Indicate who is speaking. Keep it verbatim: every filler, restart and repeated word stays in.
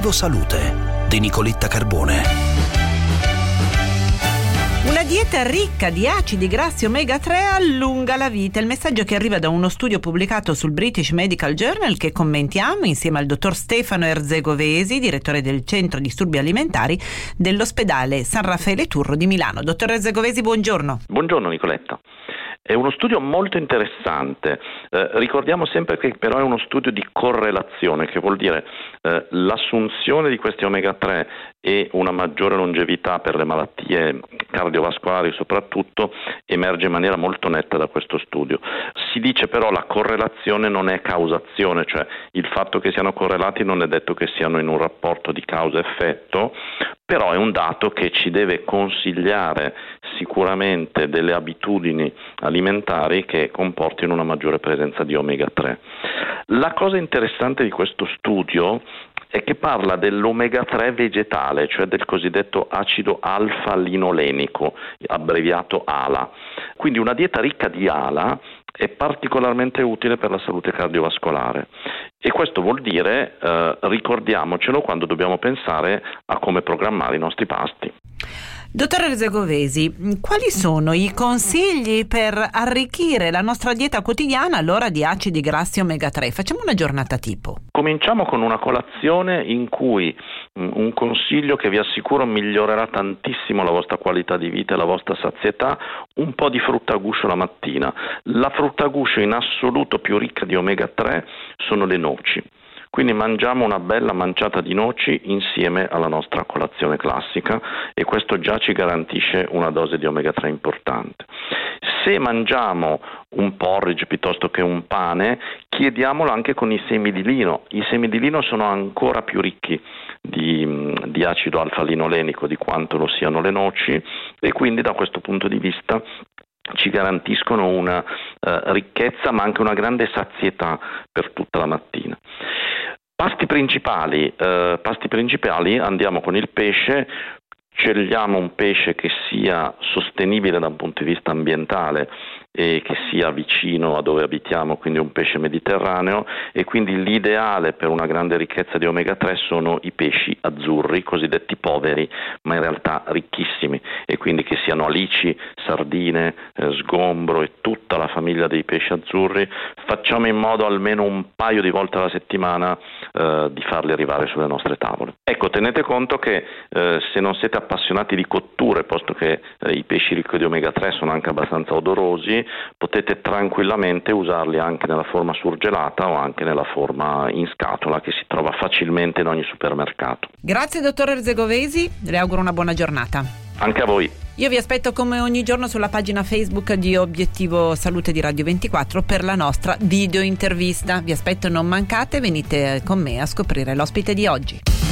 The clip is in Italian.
Speaker 1: Obiettivo Salute di Nicoletta Carbone.
Speaker 2: Una dieta ricca di acidi grassi omega tre allunga la vita. Il messaggio che arriva da uno studio pubblicato sul British Medical Journal, che commentiamo insieme al dottor Stefano Erzegovesi, direttore del Centro Disturbi Alimentari dell'ospedale San Raffaele Turro di Milano. Dottor Erzegovesi, buongiorno.
Speaker 3: Buongiorno Nicoletta. È uno studio molto interessante, eh, ricordiamo sempre che però è uno studio di correlazione, che vuol dire eh, l'assunzione di questi omega tre e una maggiore longevità per le malattie cardiovascolari soprattutto emerge in maniera molto netta da questo studio. Si dice però la correlazione non è causazione, cioè il fatto che siano correlati non è detto che siano in un rapporto di causa-effetto, però è un dato che ci deve consigliare sicuramente delle abitudini alimentari che comportino una maggiore presenza di omega tre. La cosa interessante di questo studio è che parla dell'omega tre vegetale, cioè del cosiddetto acido alfa-linolenico, abbreviato A L A. Quindi una dieta ricca di A L A è particolarmente utile per la salute cardiovascolare e questo vuol dire, eh, ricordiamocelo quando dobbiamo pensare a come programmare i nostri pasti.
Speaker 2: Dottor Erzegovesi, quali sono i consigli per arricchire la nostra dieta quotidiana allora di acidi grassi omega tre? Facciamo una giornata tipo.
Speaker 3: Cominciamo con una colazione in cui mh, un consiglio che vi assicuro migliorerà tantissimo la vostra qualità di vita e la vostra sazietà: un po' di frutta a guscio la mattina. La frutta a guscio in assoluto più ricca di omega tre sono le noci. Quindi mangiamo una bella manciata di noci insieme alla nostra colazione classica e questo già ci garantisce una dose di omega tre importante. Se mangiamo un porridge piuttosto che un pane, chiediamolo anche con i semi di lino. I semi di lino sono ancora più ricchi di, di acido alfa-linolenico di quanto lo siano le noci e quindi da questo punto di vista ci garantiscono una uh, ricchezza ma anche una grande sazietà per tutta la mattina. Pasti principali, eh, pasti principali andiamo con il pesce. Scegliamo un pesce che sia sostenibile da un punto di vista ambientale e che sia vicino a dove abitiamo, quindi un pesce mediterraneo, e quindi l'ideale per una grande ricchezza di omega tre sono i pesci azzurri, cosiddetti poveri, ma in realtà ricchissimi, e quindi che siano alici, sardine, eh, sgombro e tutta la famiglia dei pesci azzurri. Facciamo in modo almeno un paio di volte alla settimana eh, di farli arrivare sulle nostre tavole. Ecco, tenete conto che eh, se non siete appassionati di cotture, posto che eh, i pesci ricchi di omega tre sono anche abbastanza odorosi, potete tranquillamente usarli anche nella forma surgelata o anche nella forma in scatola che si trova facilmente in ogni supermercato.
Speaker 2: Grazie dottor Erzegovesi, le auguro una buona giornata.
Speaker 3: Anche a voi.
Speaker 2: Io vi aspetto come ogni giorno sulla pagina Facebook di Obiettivo Salute di Radio ventiquattro per la nostra video intervista. Vi aspetto, non mancate, venite con me a scoprire l'ospite di oggi.